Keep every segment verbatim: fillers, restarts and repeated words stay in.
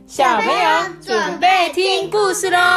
小朋友准备听故事咯。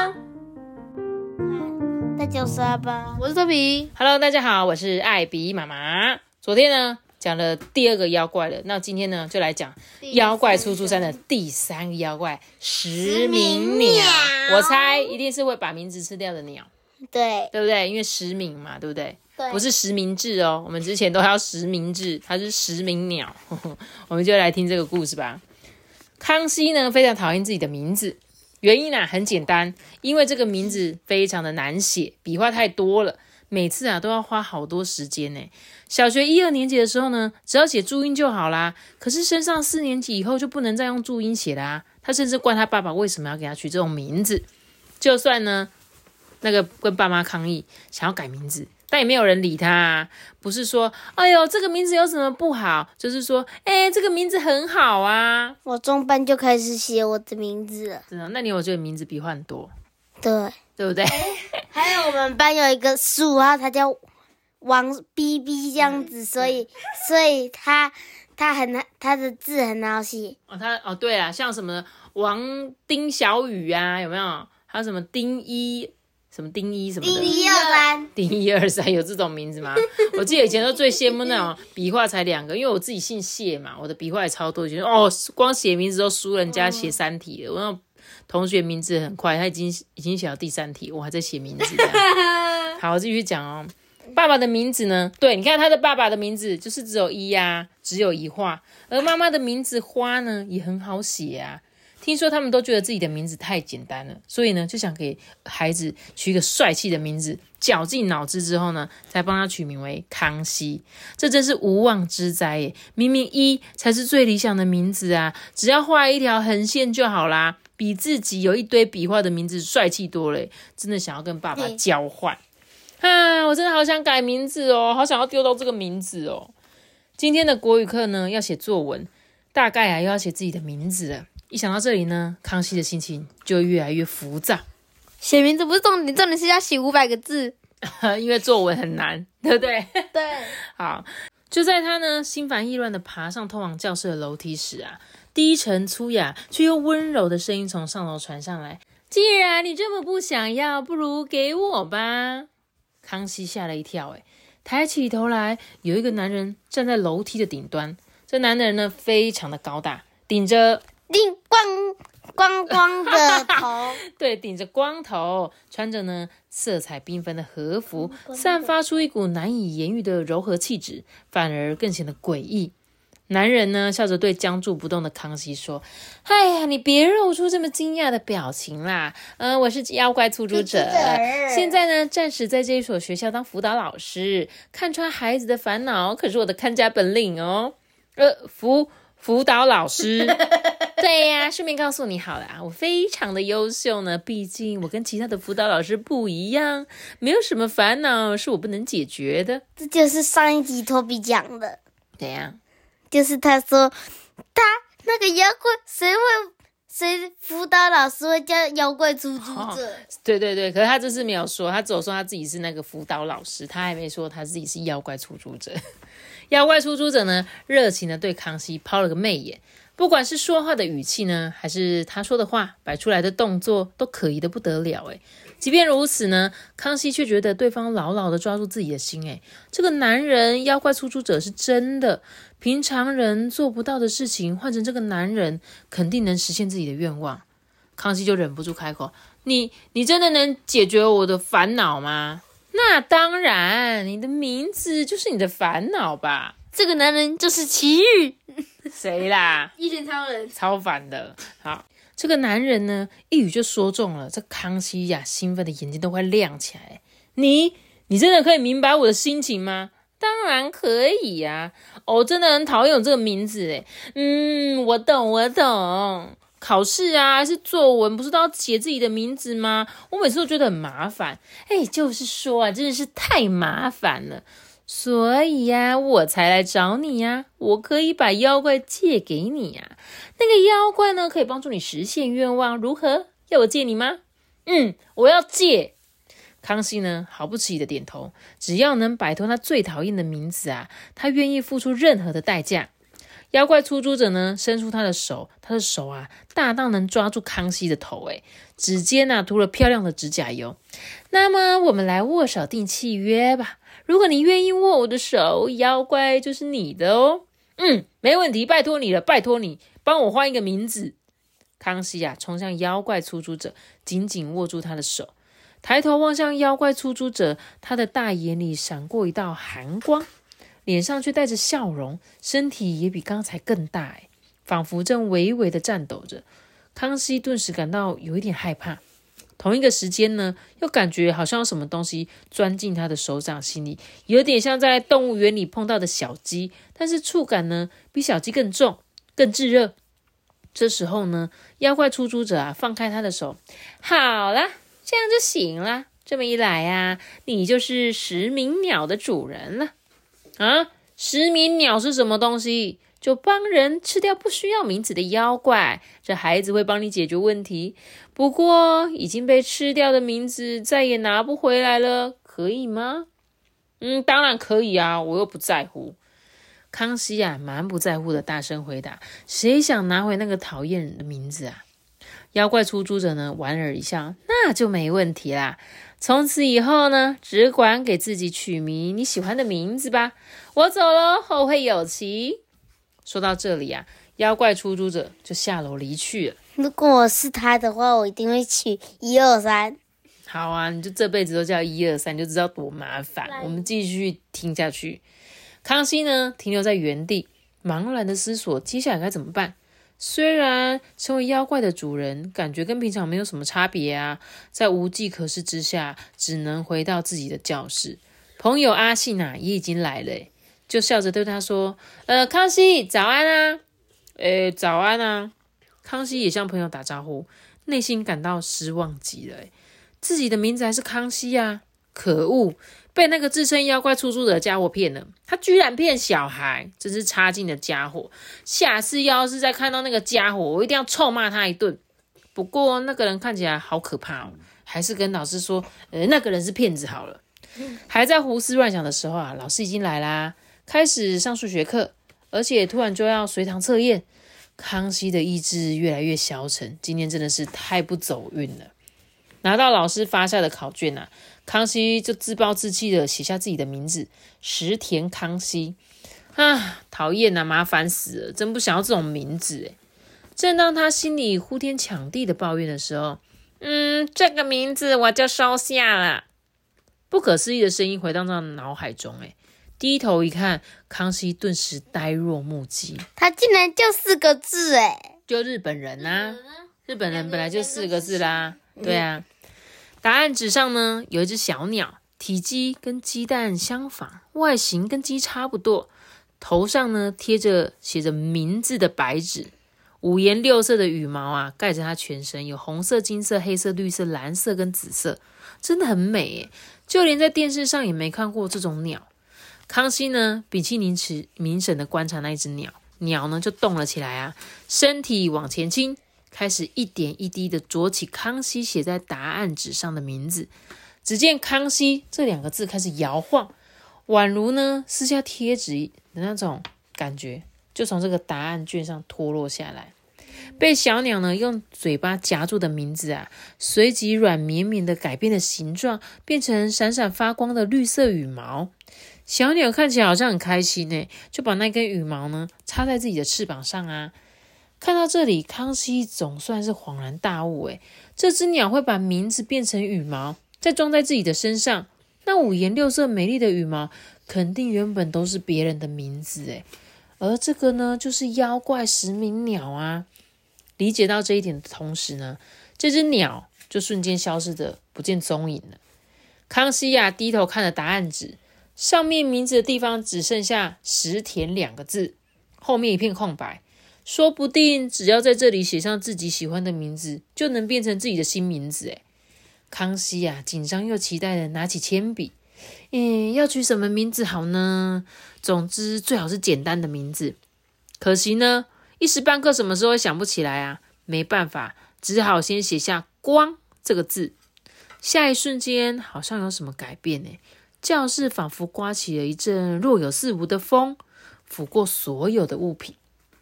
大家好，我是阿爸， 我是托比。Hello， 大家好，我是艾比妈妈。昨天呢讲了第二个妖怪了，那今天呢就来讲妖怪出租山的第三个妖怪食鸣鸟。我猜一定是会把名字吃掉的鸟， 对对不对？因为食鸣嘛，对不对？ 对， 不是实名制哦，我们之前都要实名制，它是食鸣鸟。我们就来听这个故事吧。康熙呢非常讨厌自己的名字，原因啊很简单，因为这个名字非常的难写，笔画太多了，每次啊都要花好多时间呢。小学一二年级的时候呢，只要写注音就好啦，可是升上四年级以后就不能再用注音写啦。他甚至怪他爸爸为什么要给他取这种名字，就算呢那个跟爸妈抗议想要改名字，但也没有人理他啊。不是说哎呦这个名字有什么不好，就是说哎这个名字很好啊。 我中班就开始写我的名字了。 真的？那你有觉得名字笔画很多？ 对， 对不对？ 还有我们班有一个十五号，他叫王 B B 这样子，所以所以他他很他的字很好写。 哦，他哦对啊，像什么王丁小雨啊，有没有？还有什么丁一什么丁一什么的？ 丁一二三， 丁一二三有这种名字吗？我记得以前都最羡慕那种笔画才两个，因为我自己姓谢嘛，我的笔画也超多，觉得哦，光写名字都输人家写三题了。我那种同学名字很快，他已经已经写到第三题，我还在写名字这样。好，我继续讲哦。爸爸的名字呢？对，你看他的爸爸的名字就是只有一啊，只有一画，而妈妈的名字花呢也很好写啊。听说他们都觉得自己的名字太简单了，所以呢就想给孩子取一个帅气的名字，绞尽脑汁之后呢才帮他取名为康熙。这真是无妄之灾耶，明明一才是最理想的名字啊，只要画一条横线就好啦，比自己有一堆笔画的名字帅气多了耶。真的想要跟爸爸交换啊！我真的好想改名字哦，好想要丢到这个名字哦。今天的国语课呢要写作文，大概啊又要写自己的名字了。一想到这里呢，康熙的心情就越来越浮躁。 写名字不是重点，重点是要写五百个字， 因为作文很难，对不对？ 对。 好，就在他呢心烦意乱的爬上通往教室的楼梯时啊，低沉粗雅却又温柔的声音从上楼传上来：既然你这么不想要，不如给我吧。康熙吓了一跳，诶抬起头来，有一个男人站在楼梯的顶端。这男人呢非常的高大，顶着顶光光光的头对，顶着光头，穿着呢色彩缤纷的和服，散发出一股难以言喻的柔和气质，反而更显得诡异。男人呢笑着对僵住不动的康熙说：哎呀，你别露出这么惊讶的表情啦，嗯，我是妖怪出租者，现在呢暂时在这一所学校当辅导老师，看穿孩子的烦恼可是我的看家本领哦。呃，辅辅导老师对呀、啊，顺便告诉你好啦，我非常的优秀呢，毕竟我跟其他的辅导老师不一样，没有什么烦恼是我不能解决的。 这就是上一集托比讲的。 怎样？ 就是他说他那个妖怪，谁会谁辅导老师会叫妖怪出租者、哦、 对对对，可是他这次没有说，他只有说他自己是那个辅导老师，他还没说他自己是妖怪出租者。妖怪出租者呢热情的对康熙抛了个媚眼，不管是说话的语气呢，还是他说的话摆出来的动作，都可疑的不得了诶。即便如此呢，康熙却觉得对方牢牢的抓住自己的心诶。这个男人妖怪出租者是真的，平常人做不到的事情，换成这个男人肯定能实现自己的愿望。康熙就忍不住开口：你你真的能解决我的烦恼吗？那当然，你的名字就是你的烦恼吧。 这个男人就是奇遇。 谁啦？ 一拳超人。 超烦的。好，这个男人呢一语就说中了，这康熙呀兴奋的眼睛都快亮起来。你你真的可以明白我的心情吗？当然可以呀、啊。哦，真的很讨厌我这个名字诶。嗯，我懂我懂。考试啊还是作文不是都要写自己的名字吗？我每次都觉得很麻烦。哎，就是说啊，真的是太麻烦了，所以呀、啊、我才来找你呀、啊。我可以把妖怪借给你呀、啊。那个妖怪呢可以帮助你实现愿望，如何？要我借你吗？嗯，我要借。康熙呢毫不迟疑的点头，只要能摆脱他最讨厌的名字啊，他愿意付出任何的代价。 妖怪出租者呢，伸出他的手，他的手啊，大到能抓住康熙的头，诶指尖啊涂了漂亮的指甲油。那么我们来握手定契约吧。如果你愿意握我的手，妖怪就是你的哦。嗯，没问题，拜托你了，拜托你帮我换一个名字。康熙啊，冲向妖怪出租者，紧紧握住他的手，抬头望向妖怪出租者，他的大眼里闪过一道寒光，脸上却带着笑容，身体也比刚才更大，诶仿佛正微微的颤抖着。康熙顿时感到有一点害怕，同一个时间呢，又感觉好像有什么东西钻进他的手掌心里，有点像在动物园里碰到的小鸡，但是触感呢，比小鸡更重，更炙热。这时候呢，妖怪出租者啊，放开他的手，好啦，这样就行了。这么一来啊，你就是食鸣鸟的主人了。啊，食鸣鸟是什么东西？就帮人吃掉不需要名字的妖怪，这孩子会帮你解决问题。不过已经被吃掉的名字再也拿不回来了，可以吗？嗯，当然可以啊，我又不在乎。康熙啊，蛮不在乎的大声回答，谁想拿回那个讨厌人的名字啊？妖怪出租者呢，莞尔一笑，那就没问题啦。从此以后呢，只管给自己取名你喜欢的名字吧。我走了，后会有期。说到这里啊，妖怪出租者就下楼离去了。 如果我是他的话，我一定会取一二三。 好啊，你就这辈子都叫一二三，你就知道多麻烦。我们继续听下去。康熙呢，停留在原地，茫然的思索接下来该怎么办。虽然成为妖怪的主人，感觉跟平常没有什么差别啊，在无计可施之下，只能回到自己的教室。朋友阿信啊，也已经来了，就笑着对他说：“呃，康熙，早安啊！”“诶，早安啊！”康熙也向朋友打招呼，内心感到失望极了。自己的名字还是康熙啊！可恶！被那个自称妖怪出租者的家伙骗了，他居然骗小孩，真是差劲的家伙！下次要是再看到那个家伙，我一定要臭骂他一顿。不过那个人看起来好可怕哦，还是跟老师说，呃，那个人是骗子好了。还在胡思乱想的时候啊，老师已经来啦，开始上数学课，而且突然就要随堂测验。康熙的意志越来越消沉，今天真的是太不走运了。拿到老师发下的考卷啊，康熙就自暴自弃的写下自己的名字石田康熙。啊，讨厌啊，麻烦死了，真不想要这种名字诶。正当他心里呼天抢地的抱怨的时候，嗯，这个名字我就收下了。不可思议的声音回荡到脑海中，诶低头一看，康熙顿时呆若木鸡。 他竟然就四个字诶， 就日本人啊，日本人本来就四个字啦，对啊。答案纸上呢，有一只小鸟，体积跟鸡蛋相仿，外形跟鸡差不多，头上呢贴着写着名字的白纸，五颜六色的羽毛啊盖着它全身，有红色、金色、黑色、绿色、蓝色跟紫色，真的很美耶，就连在电视上也没看过这种鸟。康熙呢屏气凝齿凝神的观察那一只鸟，鸟呢就动了起来啊，身体往前倾，开始一点一滴的啄起康熙写在答案纸上的名字。只见康熙这两个字开始摇晃，宛如呢撕下贴纸的那种感觉，就从这个答案卷上脱落下来。被小鸟呢用嘴巴夹住的名字啊，随即软绵绵的改变了形状，变成闪闪发光的绿色羽毛。小鸟看起来好像很开心耶，就把那根羽毛呢插在自己的翅膀上啊。看到这里，康熙总算是恍然大悟，诶这只鸟会把名字变成羽毛，再装在自己的身上。那五颜六色美丽的羽毛，肯定原本都是别人的名字，诶而这个呢，就是妖怪食鸣鸟啊。理解到这一点的同时呢，这只鸟就瞬间消失的不见踪影了。康熙啊，低头看了答案纸，上面名字的地方只剩下石田两个字，后面一片空白。说不定只要在这里写上自己喜欢的名字，就能变成自己的新名字诶。康熙啊，紧张又期待的拿起铅笔，嗯，要取什么名字好呢？总之最好是简单的名字。可惜呢，一时半刻什么时候也想不起来啊，没办法，只好先写下光这个字。下一瞬间好像有什么改变诶，教室仿佛刮起了一阵若有似无的风，拂过所有的物品。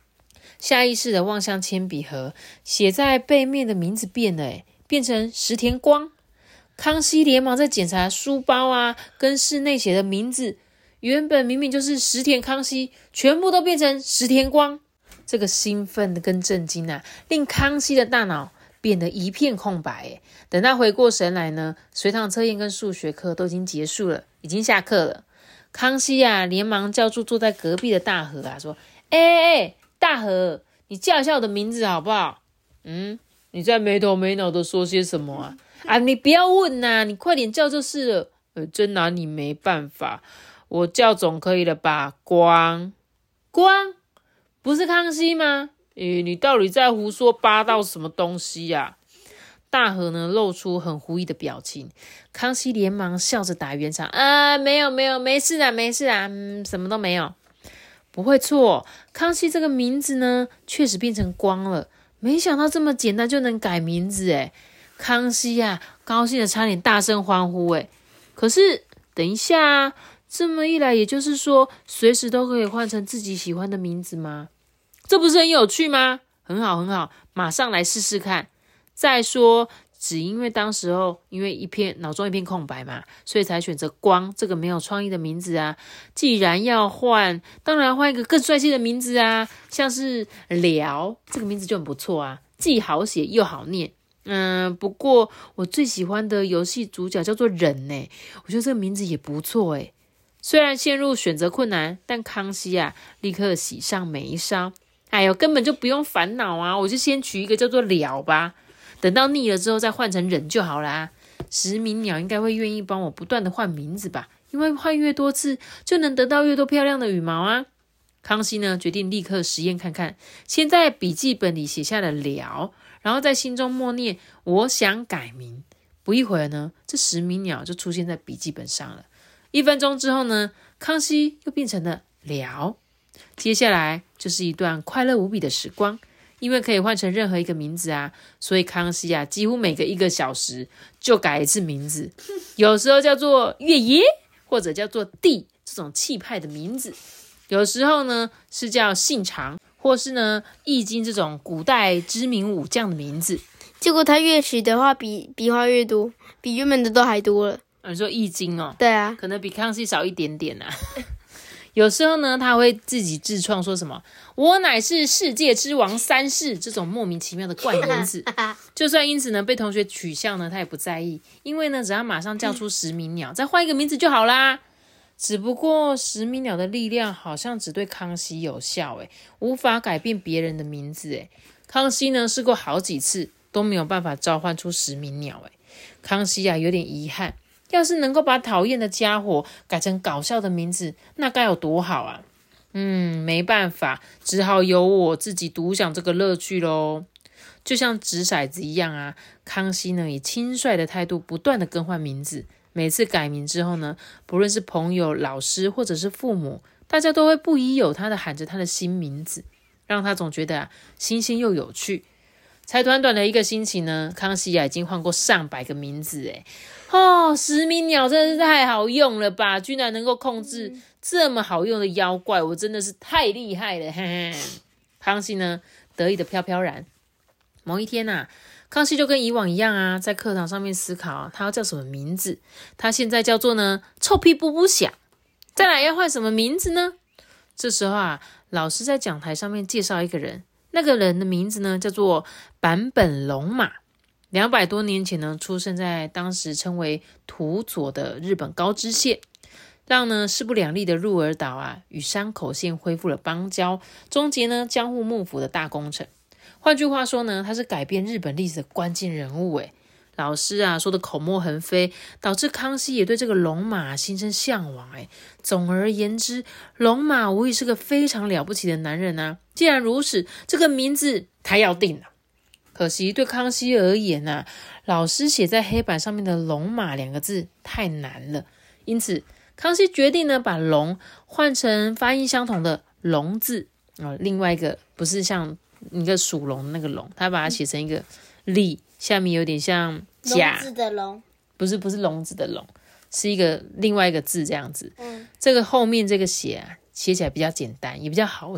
下意识的望向铅笔盒，写在背面的名字变了，变成石田光。康熙连忙在检查书包啊，跟室内写的名字，原本明明就是石田康熙，全部都变成石田光。这个兴奋的跟震惊啊，令康熙的大脑变得一片空白。等他回过神来呢，随堂测验跟数学课都已经结束了，已经下课了。康熙啊，连忙叫住坐在隔壁的大和啊，说：“哎哎哎，大和，你叫一下我的名字好不好？”嗯，你在没头没脑的说些什么啊？啊，你不要问呐、啊，你快点叫就是了。呃，真拿你没办法，我叫总可以了吧？光，光，不是康熙吗？诶，你到底在胡说八道什么东西呀、啊？大和呢露出很狐疑的表情，康熙连忙笑着打圆场，啊，没有没有，没事啦没事啦，嗯，什么都没有。不会错，康熙这个名字呢，确实变成光了。没想到这么简单就能改名字诶，康熙啊，高兴的差点大声欢呼诶。可是等一下啊，这么一来，也就是说，随时都可以换成自己喜欢的名字吗？这不是很有趣吗？很好很好，马上来试试看。再说，只因为当时候因为一片脑中一片空白嘛，所以才选择光这个没有创意的名字啊。既然要换，当然换一个更帅气的名字啊，像是辽这个名字就很不错啊，既好写又好念。嗯，不过我最喜欢的游戏主角叫做忍呢，我觉得这个名字也不错诶。虽然陷入选择困难，但康熙啊立刻喜上眉梢。哎呦，根本就不用烦恼啊，我就先取一个叫做辽吧。等到腻了之后再换成忍就好啦。石鸣鸟应该会愿意帮我不断的换名字吧，因为换越多次就能得到越多漂亮的羽毛啊。康熙呢决定立刻实验看看，先在笔记本里写下了辽，然后在心中默念我想改名。不一会儿呢，这石鸣鸟就出现在笔记本上了。一分钟之后呢，康熙又变成了辽。接下来就是一段快乐无比的时光。因为可以换成任何一个名字啊，所以康熙啊，几乎每个一个小时就改一次名字。有时候叫做月爷，或者叫做帝这种气派的名字；有时候呢是叫姓常，或是呢易经这种古代知名武将的名字。 结果他越取的话，比笔画越多，比原本的都还多了。 啊、你说易经哦？ 对啊， 可能比康熙少一点点啊。有时候呢，他会自己自创，说什么“我乃是世界之王三世”这种莫名其妙的怪名字。就算因此呢被同学取笑呢，他也不在意，因为呢只要马上叫出石鸣鸟，再换一个名字就好啦。只不过石鸣鸟的力量好像只对康熙有效，诶，无法改变别人的名字。诶，康熙呢试过好几次都没有办法召唤出石鸣鸟。诶，康熙啊有点遗憾。要是能够把讨厌的家伙改成搞笑的名字，那该有多好啊！嗯，没办法，只好由我自己独享这个乐趣咯。就像掷骰子一样啊，康熙呢以轻率的态度不断的更换名字。每次改名之后呢，不论是朋友、老师或者是父母，大家都会不疑有他的喊着他的新名字，让他总觉得啊新鲜又有趣。才短短的一个星期呢，康熙啊已经换过上百个名字诶。哦，石鸣鸟真的是太好用了吧，居然能够控制这么好用的妖怪，我真的是太厉害了。嘿嘿，康熙呢得意的飘飘然。某一天啊，康熙就跟以往一样啊，在课堂上面思考他要叫什么名字。他现在叫做呢臭屁布布响。再来要换什么名字呢？这时候啊，老师在讲台上面介绍一个人，那个人的名字呢叫做坂本龙马。两百多年前呢，出生在当时称为土佐的日本高知县，让呢势不两立的鹿儿岛啊与山口县恢复了邦交，终结呢江户幕府的大工程。换句话说呢，他是改变日本历史的关键人物诶。老师啊说的口沫横飞，导致康熙也对这个龙马心生向往诶。总而言之，龙马无疑是个非常了不起的男人啊。既然如此，这个名字他要定了。可惜对康熙而言啊，老师写在黑板上面的龙马两个字太难了，因此康熙决定呢把龙换成发音相同的龙字、哦、另外一个不是像一个属龙的那个龙，他把它写成一个立，下面有点像甲， 龙字的龙， 不是不是笼子的笼，是一个另外一个字这样子。 嗯， 这个后面这个写啊，写起来比较简单，也比较好写。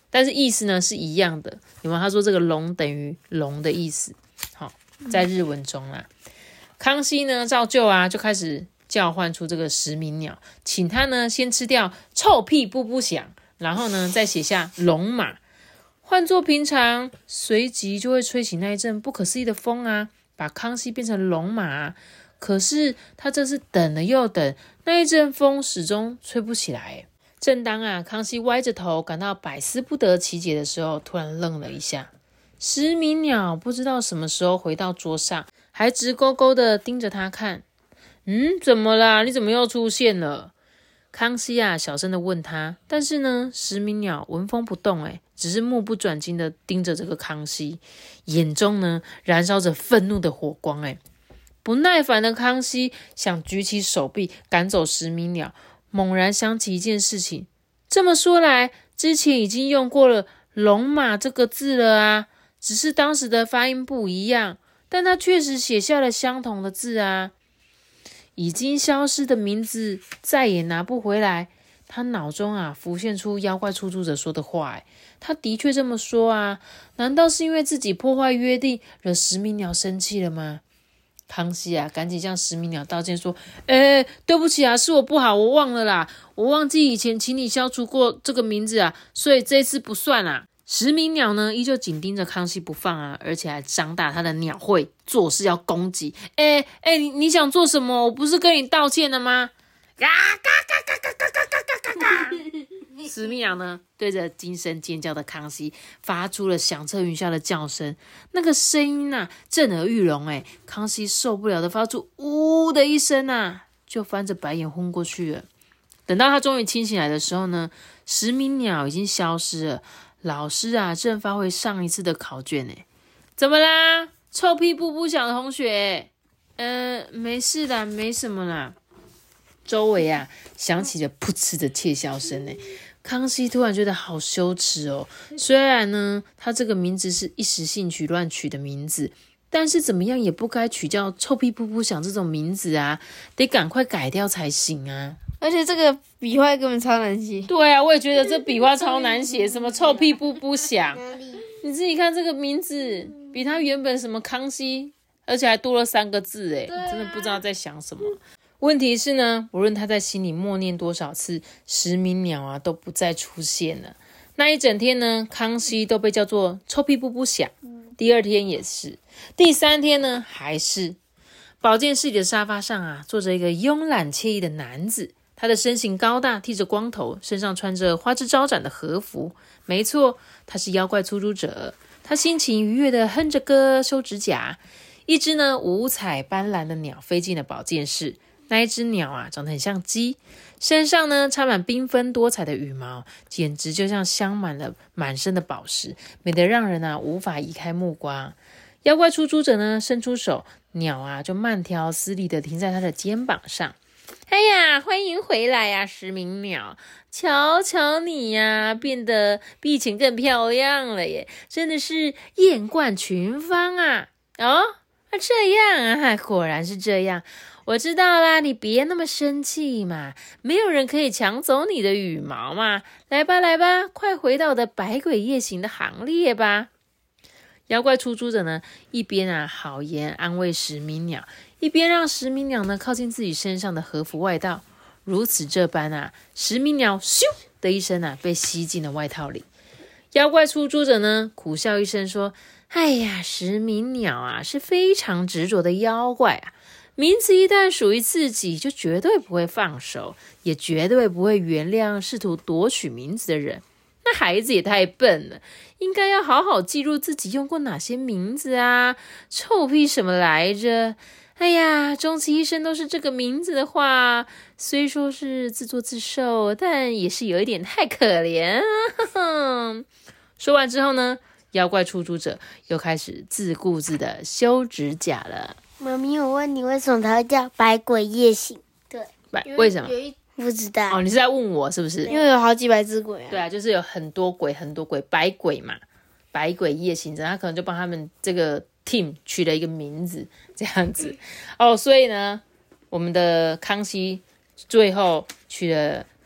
但是意思呢是一样的。有没有？他说这个龙等于龙的意思。好，在日文中啦，康熙呢照旧啊，就开始叫唤出这个石鸣鸟，请他呢先吃掉臭屁不不响，然后呢再写下龙马。换作平常，随即就会吹起那一阵不可思议的风啊，把康熙变成龙马啊。可是他这次等了又等，那一阵风始终吹不起来。正当啊康熙歪着头感到百思不得其解的时候，突然愣了一下。石鸣鸟不知道什么时候回到桌上，还直勾勾的盯着他看。嗯，怎么啦？你怎么又出现了？康熙啊小声的问他，但是呢石鸣鸟纹风不动，诶只是目不转睛的盯着这个康熙，眼中呢燃烧着愤怒的火光。诶不耐烦的康熙想举起手臂赶走石鸣鸟，猛然想起一件事情，这么说来，之前已经用过了龙马这个字了啊，只是当时的发音不一样，但他确实写下了相同的字啊。已经消失的名字再也拿不回来，他脑中啊浮现出妖怪出租者说的话，诶他的确这么说啊，难道是因为自己破坏约定惹石鸣鸟生气了吗？康熙啊赶紧向石鸣鸟道歉说，诶对不起啊，是我不好，我忘了啦，我忘记以前请你消除过这个名字啊，所以这次不算啦。石鸣鸟呢依旧紧盯着康熙不放啊，而且还张大他的鸟喙，做事要攻击。诶诶你你想做什么？我不是跟你道歉了吗？嘎嘎嘎嘎嘎嘎嘎嘎嘎嘎！石鸣鸟呢对着惊声尖叫的康熙发出了响彻云霄的叫声，那个声音啊震耳欲聋。诶康熙受不了的发出呜的一声啊，就翻着白眼昏过去了。等到他终于清醒来的时候呢，石鸣鸟已经消失了。老师啊正发挥上一次的考卷。诶怎么啦？臭屁不不响的同学？呃没事啦，没什么啦。周围啊响起了噗嗤的窃笑声。诶康熙突然觉得好羞耻哦，虽然呢他这个名字是一时兴起乱取的名字，但是怎么样也不该取叫臭屁不不响这种名字啊，得赶快改掉才行啊。 而且这个笔画根本超难写。 对啊，我也觉得这笔画超难写，什么臭屁不不响，你自己看这个名字比他原本什么康熙，而且还多了三个字。诶、啊、真的不知道在想什么。问题是呢，无论他在心里默念多少次，石鸣鸟啊都不再出现了。那一整天呢，康熙都被叫做臭屁不不响，第二天也是，第三天呢还是。保健室里的沙发上啊，坐着一个慵懒惬意的男子，他的身形高大，剃着光头，身上穿着花枝招展的和服。没错，他是妖怪出租者。他心情愉悦的哼着歌，修指甲。一只呢五彩斑斓的鸟飞进了保健室。那一只鸟啊，长得很像鸡，身上呢插满缤纷多彩的羽毛，简直就像镶满了满身的宝石，美得让人啊无法移开目光。妖怪出租者呢伸出手，鸟啊就慢条斯理的停在他的肩膀上。哎呀，欢迎回来呀、啊，石鸣鸟！瞧瞧你呀、啊，变得比以前更漂亮了耶，真的是艳冠群芳啊！哦，这样啊，果然是这样。我知道啦，你别那么生气嘛，没有人可以抢走你的羽毛嘛。来吧，来吧，快回到我的百鬼夜行的行列吧。妖怪出租者呢，一边啊好言安慰石鸣鸟，一边让石鸣鸟呢靠近自己身上的和服外套。如此这般啊，石鸣鸟咻的一声啊被吸进了外套里。妖怪出租者呢苦笑一声说：哎呀，石鸣鸟啊是非常执着的妖怪啊，名字一旦属于自己，就绝对不会放手，也绝对不会原谅试图夺取名字的人。那孩子也太笨了，应该要好好记录自己用过哪些名字啊！臭屁什么来着？哎呀，终其一生都是这个名字的话，虽说是自作自受，但也是有一点太可怜啊！呵呵说完之后呢，妖怪出租者又开始自顾自的修指甲了。 妈咪，我问你，为什么它会叫百鬼夜行？对， 为什么？ 不知道哦，你是在问我是不是？ 因为有好几百只鬼啊。 对啊，就是有很多鬼，很多鬼，百鬼嘛，百鬼夜行者，他可能就帮他们这个 team 取了一个名字，这样子哦。所以呢，我们的康熙最后取了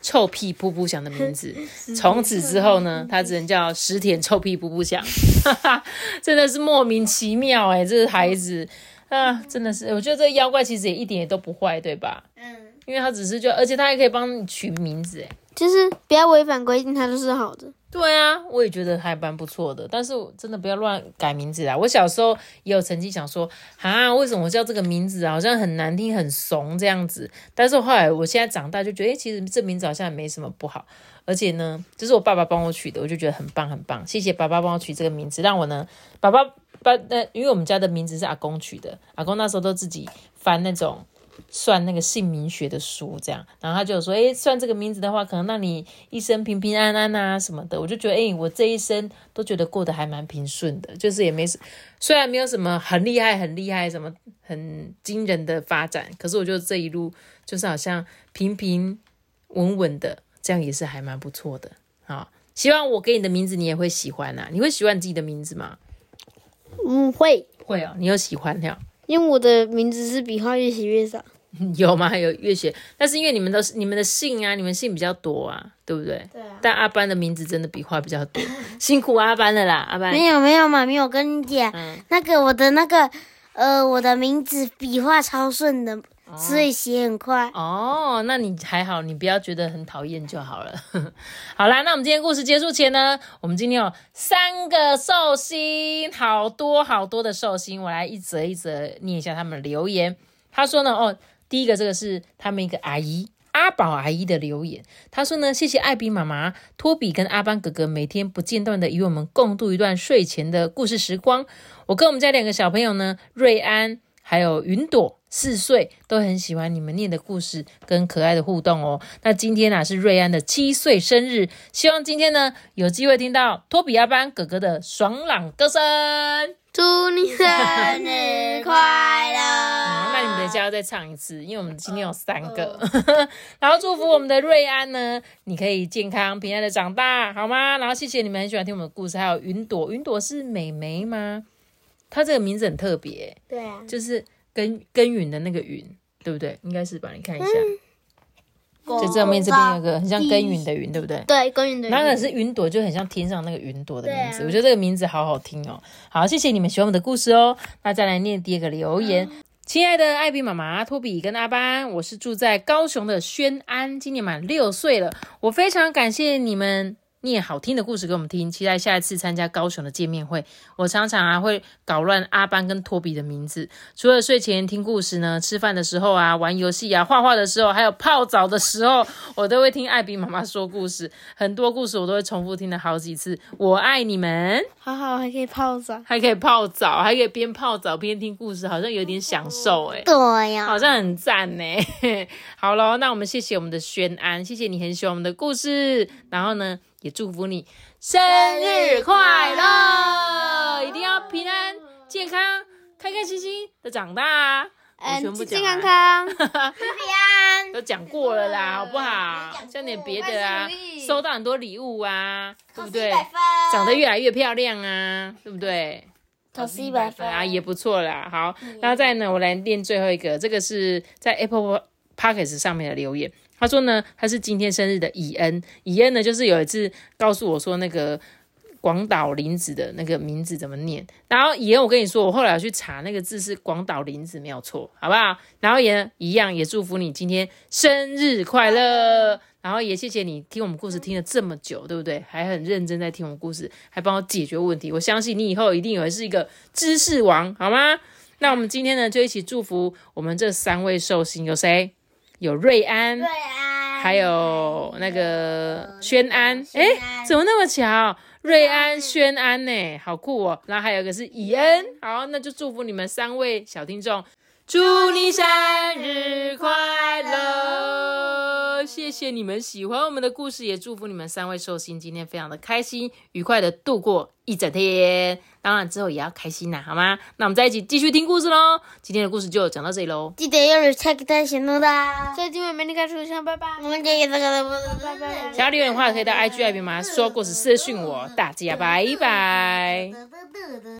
臭屁噗噗响的名字。从此之后呢，他只能叫石田臭屁噗噗响。真的是莫名其妙哎、欸，这个孩子啊，真的是，我觉得这个妖怪其实也一点也都不坏，对吧？嗯，因为他只是就，而且他还可以帮你取名字哎。 就是不要违反规定，它都是好的。 对啊，我也觉得还蛮不错的，但是我真的不要乱改名字啊！我小时候也有曾经想说，啊，为什么我叫这个名字啊，好像很难听、很怂这样子。但是后来我现在长大就觉得，哎，其实这名字好像也没什么不好。而且呢，这是我爸爸帮我取的，我就觉得很棒很棒，谢谢爸爸帮我取这个名字，让我呢，爸爸爸呃，因为我们家的名字是阿公取的，阿公那时候都自己翻那种。算那个姓名学的书这样，然后他就有说，诶，算这个名字的话，可能让你一生平平安安啊什么的。我就觉得，诶，我这一生都觉得过得还蛮平顺的，就是也没，虽然没有什么很厉害、很厉害、什么很惊人的发展，可是我觉得这一路就是好像平平稳稳的，这样也是还蛮不错的啊。希望我给你的名字你也会喜欢啊，你会喜欢你自己的名字吗？ 嗯，会会哦，你有喜欢的、哦。 因为我的名字是笔画越写越少。 有吗？有越写，但是因为你们都是你们的姓啊，你们姓比较多啊，对不对？ 对啊。 但阿班的名字真的笔画比较多，辛苦阿班了啦，阿班。 没有没有妈咪，我跟你讲， 嗯、 那个我的那个呃，我的名字笔画超顺的。哦、所以写很快哦，那你还好，你不要觉得很讨厌就好了。好啦，那我们今天故事结束前呢，我们今天有三个寿星，好多好多的寿星，我来一则一则念一下他们的留言。他说呢，哦，第一个这个是他们一个阿姨阿宝阿姨的留言，他说呢，谢谢艾比妈妈、托比跟阿班哥哥每天不间断的与我们共度一段睡前的故事时光。我跟我们家两个小朋友呢，瑞安还有云朵四岁，都很喜欢你们念的故事跟可爱的互动哦。那今天啊是瑞安的七岁生日，希望今天呢有机会听到托比阿班哥哥的爽朗歌声。 祝你生日快乐、 嗯！那你们等一下要再唱一次，因为我们今天有三个。然后祝福我们的瑞安呢，你可以健康平安的长大，好吗？然后谢谢你们很喜欢听我们的故事，还有云朵，云朵是美眉吗？她这个名字很特别， 对啊， 就是耕耕耘的那个耘，对不对？应该是吧？你看一下，嗯、就这面这边有个很像耕耘的耘，对不对？ 对，耕耘的耘。 那个是云朵，就很像天上那个云朵的名字。 啊、 我觉得这个名字好好听哦。好，谢谢你们喜欢我们的故事哦。那再来念第二个留言。嗯、亲爱的艾比妈妈、托比跟阿班，我是住在高雄的轩安，今年满六岁了。我非常感谢你们念好听的故事给我们听，期待下一次参加高雄的见面会。我常常啊会搞乱阿班跟托比的名字，除了睡前听故事呢，吃饭的时候啊，玩游戏啊，画画的时候，还有泡澡的时候，我都会听艾比妈妈说故事。很多故事我都会重复听了好几次。我爱你们！ 好好，还可以泡澡， 还可以泡澡，还可以边泡澡边听故事，好像有点享受哎、欸。 对呀， 好像很赞呢。好咯，那我们谢谢我们的轩安，谢谢你很喜欢我们的故事，然后呢也祝福你生日快乐，一定要平安健康开开心心的长大。 嗯， 全部健健康康平安都讲过了啦，好不好？像点别的啊，收到很多礼物啊，对不对？长得越来越漂亮啊，对不对？ 考试一百分啊，也不错啦。好，然后再呢，我来念最后一个，这个是在 Apple Podcast 上面的留言。他说呢，他是今天生日的以恩，以恩呢就是有一次告诉我说那个广岛林子的那个名字怎么念，然后以恩我跟你说，我后来有去查那个字是广岛林子没有错，好不好？然后也一样也祝福你今天生日快乐，然后也谢谢你听我们故事听了这么久，对不对？还很认真在听我们故事，还帮我解决问题，我相信你以后一定也会是一个知识王，好吗？那我们今天呢就一起祝福我们这三位寿星，有谁？有瑞安， 瑞安， 还有那个轩安，哎，怎么那么巧？瑞安、轩安呢，好酷哦！然后还有一个是以恩，好，那就祝福你们三位小听众，祝你生日快乐！谢谢你们喜欢我们的故事，也祝福你们三位寿星今天非常的开心、愉快的度过一整天。当然之后也要开心啦，好吗？那我们在一起继续听故事咯。今天的故事就讲到这里咯。 记得要有下个单行动的。 所以今晚没你开出声，拜拜。 我们这个这个拜拜。 想要留言的话，可以到 I G 艾比妈说故事私讯我，大家拜拜。